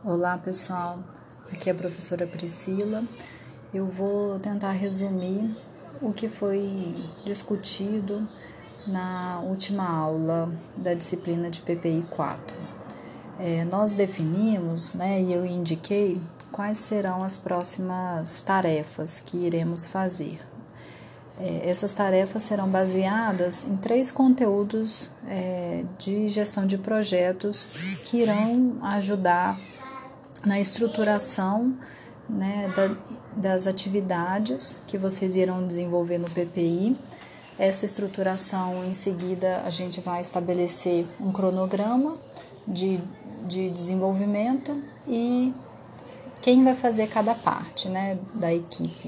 Olá pessoal, aqui é a professora Priscila. Eu vou tentar resumir o que foi discutido na última aula da disciplina de PPI 4. Nós definimos, e eu indiquei quais serão as próximas tarefas que iremos fazer. Essas tarefas serão baseadas em 3 conteúdos de gestão de projetos que irão ajudar na estruturação das atividades que vocês irão desenvolver no PPI. Essa estruturação, em seguida, a gente vai estabelecer um cronograma de desenvolvimento e quem vai fazer cada parte da equipe.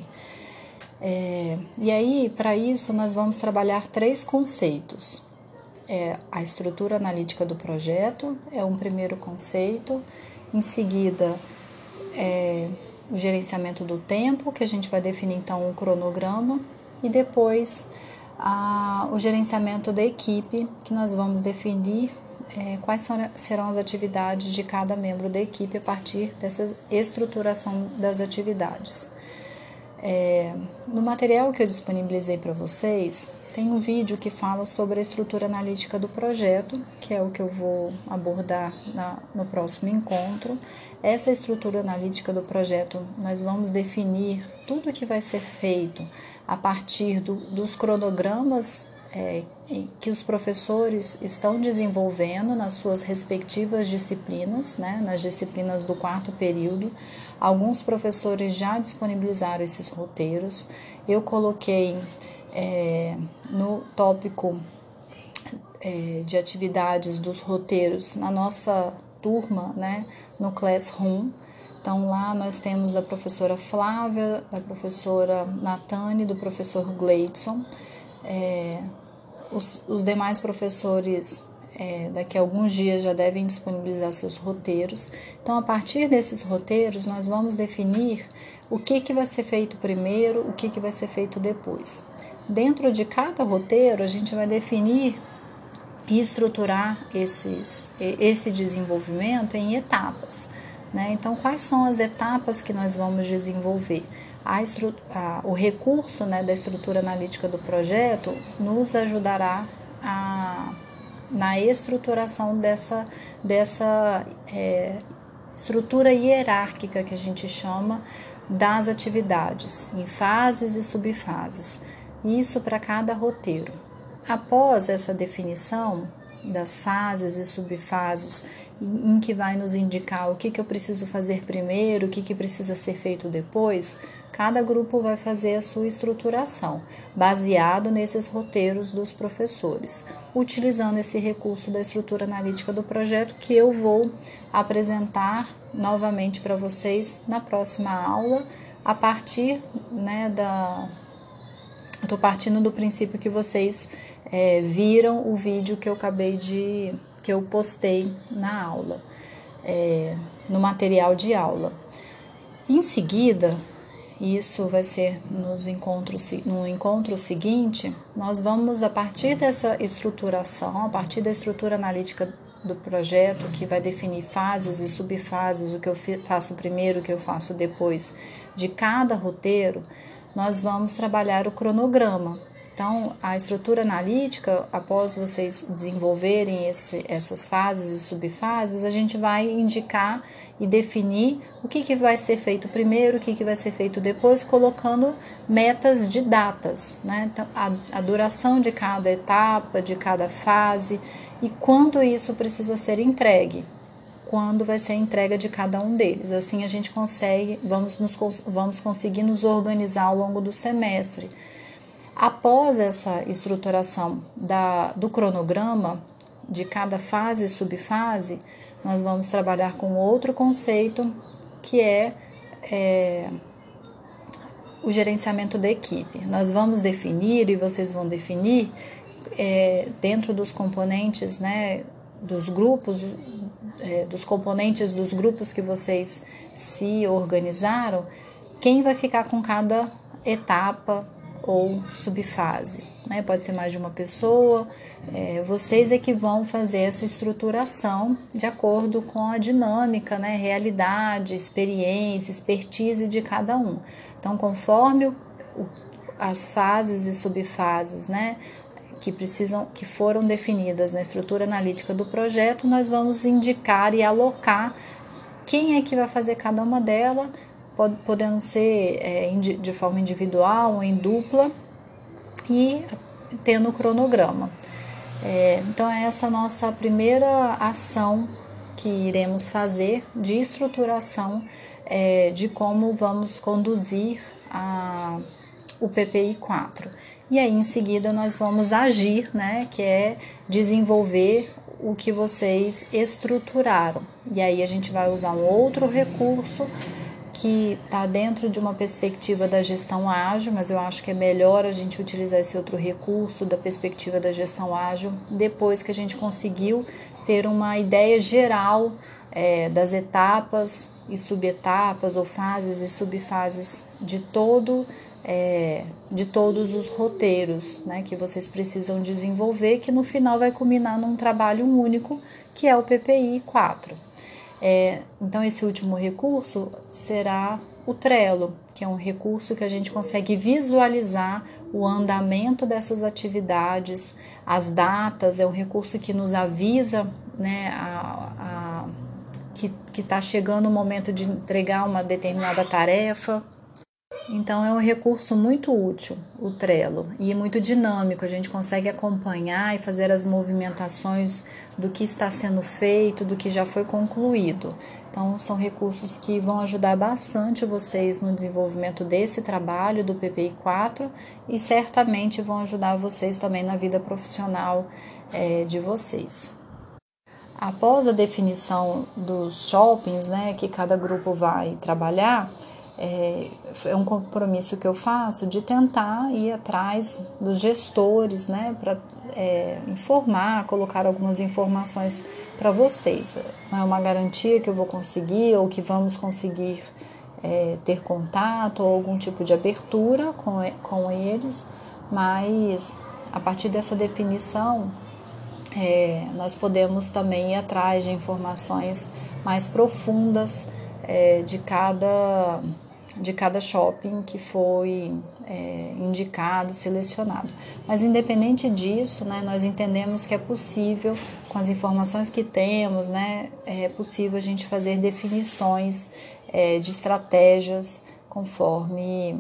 E aí, para isso, nós vamos trabalhar 3 conceitos. A estrutura analítica do projeto é um primeiro conceito. Em seguida, o gerenciamento do tempo, que a gente vai definir então um cronograma, e depois o gerenciamento da equipe, que nós vamos definir quais serão as atividades de cada membro da equipe a partir dessa estruturação das atividades. No material que eu disponibilizei para vocês, tem um vídeo que fala sobre a estrutura analítica do projeto, que é o que eu vou abordar no próximo encontro. Essa estrutura analítica do projeto, nós vamos definir tudo o que vai ser feito a partir dos cronogramas que os professores estão desenvolvendo nas suas respectivas disciplinas, nas disciplinas do 4º período. Alguns professores já disponibilizaram esses roteiros. Eu coloquei no tópico de atividades dos roteiros na nossa turma, no Classroom. Então, lá nós temos da professora Flávia, da professora Natane, do professor Gleidson. Os demais professores daqui a alguns dias já devem disponibilizar seus roteiros. Então, a partir desses roteiros, nós vamos definir o que vai ser feito primeiro, o que vai ser feito depois. Dentro de cada roteiro, a gente vai definir e estruturar esse desenvolvimento em etapas. Então, quais são as etapas que nós vamos desenvolver? O recurso da estrutura analítica do projeto nos ajudará na estruturação dessa estrutura hierárquica que a gente chama das atividades, em fases e subfases. Isso para cada roteiro. Após essa definição das fases e subfases, em que vai nos indicar o que eu preciso fazer primeiro, o que precisa ser feito depois, cada grupo vai fazer a sua estruturação, baseado nesses roteiros dos professores, utilizando esse recurso da estrutura analítica do projeto, que eu vou apresentar novamente para vocês na próxima aula, a partir Estou partindo do princípio que vocês viram o vídeo que eu postei na aula, no material de aula. Em seguida, isso vai ser no encontro seguinte, nós vamos, a partir dessa estruturação, a partir da estrutura analítica do projeto, que vai definir fases e subfases, o que eu faço primeiro, o que eu faço depois de cada roteiro, nós vamos trabalhar o cronograma. Então, a estrutura analítica, após vocês desenvolverem essas fases e subfases, a gente vai indicar e definir o que vai ser feito primeiro, o que vai ser feito depois, colocando metas de datas, Então, a duração de cada etapa, de cada fase e quando isso precisa ser entregue. Quando vai ser a entrega de cada um deles. Assim a gente vamos conseguir nos organizar ao longo do semestre. Após essa estruturação do cronograma de cada fase e subfase, nós vamos trabalhar com outro conceito, que é o gerenciamento da equipe. Nós vamos definir, e vocês vão definir, dentro dos componentes, dos grupos, dos componentes dos grupos que vocês se organizaram, quem vai ficar com cada etapa ou subfase. né? Pode ser mais de uma pessoa. Vocês é que vão fazer essa estruturação de acordo com a dinâmica, né? Realidade, experiência, expertise de cada um. Então, conforme as fases e subfases, né? Que foram definidas na estrutura analítica do projeto, nós vamos indicar e alocar quem é que vai fazer cada uma delas, podendo ser de forma individual ou em dupla, e tendo o cronograma. Então, essa é a nossa primeira ação que iremos fazer de estruturação de como vamos conduzir o PPI 4. E aí, em seguida, nós vamos agir, né, que é desenvolver o que vocês estruturaram. E aí, a gente vai usar um outro recurso que está dentro de uma perspectiva da gestão ágil, mas eu acho que é melhor a gente utilizar esse outro recurso da perspectiva da gestão ágil depois que a gente conseguiu ter uma ideia geral das etapas e subetapas ou fases e subfases de todos os roteiros, né, que vocês precisam desenvolver, que no final vai culminar num trabalho único, que é o PPI 4. Então, esse último recurso será o Trello, que é um recurso que a gente consegue visualizar o andamento dessas atividades, as datas, é um recurso que nos avisa, né, que está chegando o momento de entregar uma determinada tarefa. Então, é um recurso muito útil, o Trello, e muito dinâmico. A gente consegue acompanhar e fazer as movimentações do que está sendo feito, do que já foi concluído. Então, são recursos que vão ajudar bastante vocês no desenvolvimento desse trabalho do PPI 4 e certamente vão ajudar vocês também na vida profissional de vocês. Após a definição dos shoppings, né, que cada grupo vai trabalhar, é um compromisso que eu faço de tentar ir atrás dos gestores, né, para informar, colocar algumas informações para vocês. Não é uma garantia que eu vou conseguir ou que vamos conseguir ter contato ou algum tipo de abertura com eles, mas a partir dessa definição nós podemos também ir atrás de informações mais profundas de cada shopping que foi indicado, selecionado. Mas independente disso, né, nós entendemos que é possível, com as informações que temos, né, é possível a gente fazer definições de estratégias conforme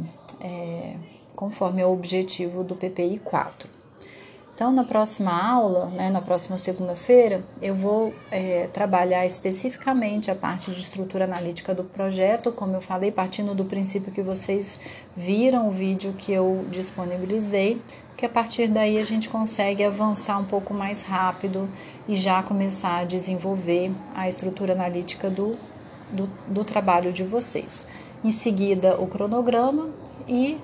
o objetivo do PPI 4. Então, na próxima aula, né, na próxima segunda-feira, eu vou trabalhar especificamente a parte de estrutura analítica do projeto, como eu falei, partindo do princípio que vocês viram o vídeo que eu disponibilizei, que a partir daí a gente consegue avançar um pouco mais rápido e já começar a desenvolver a estrutura analítica do trabalho de vocês. Em seguida, o cronograma e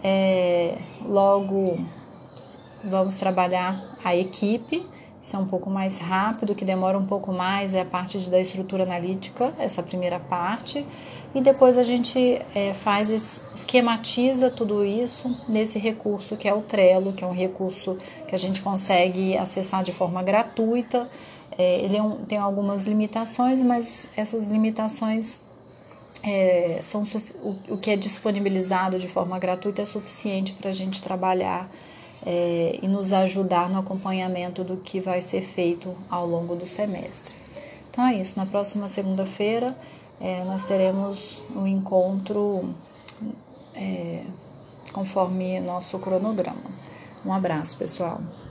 logo vamos trabalhar a equipe. Isso é um pouco mais rápido, que demora um pouco mais, é a parte da estrutura analítica, essa primeira parte. E depois a gente esquematiza tudo isso nesse recurso que é o Trello, que é um recurso que a gente consegue acessar de forma gratuita. Ele tem algumas limitações, mas essas limitações são o que é disponibilizado de forma gratuita é suficiente para a gente trabalhar e nos ajudar no acompanhamento do que vai ser feito ao longo do semestre. Então é isso, na próxima segunda-feira nós teremos um encontro conforme nosso cronograma. Um abraço, pessoal.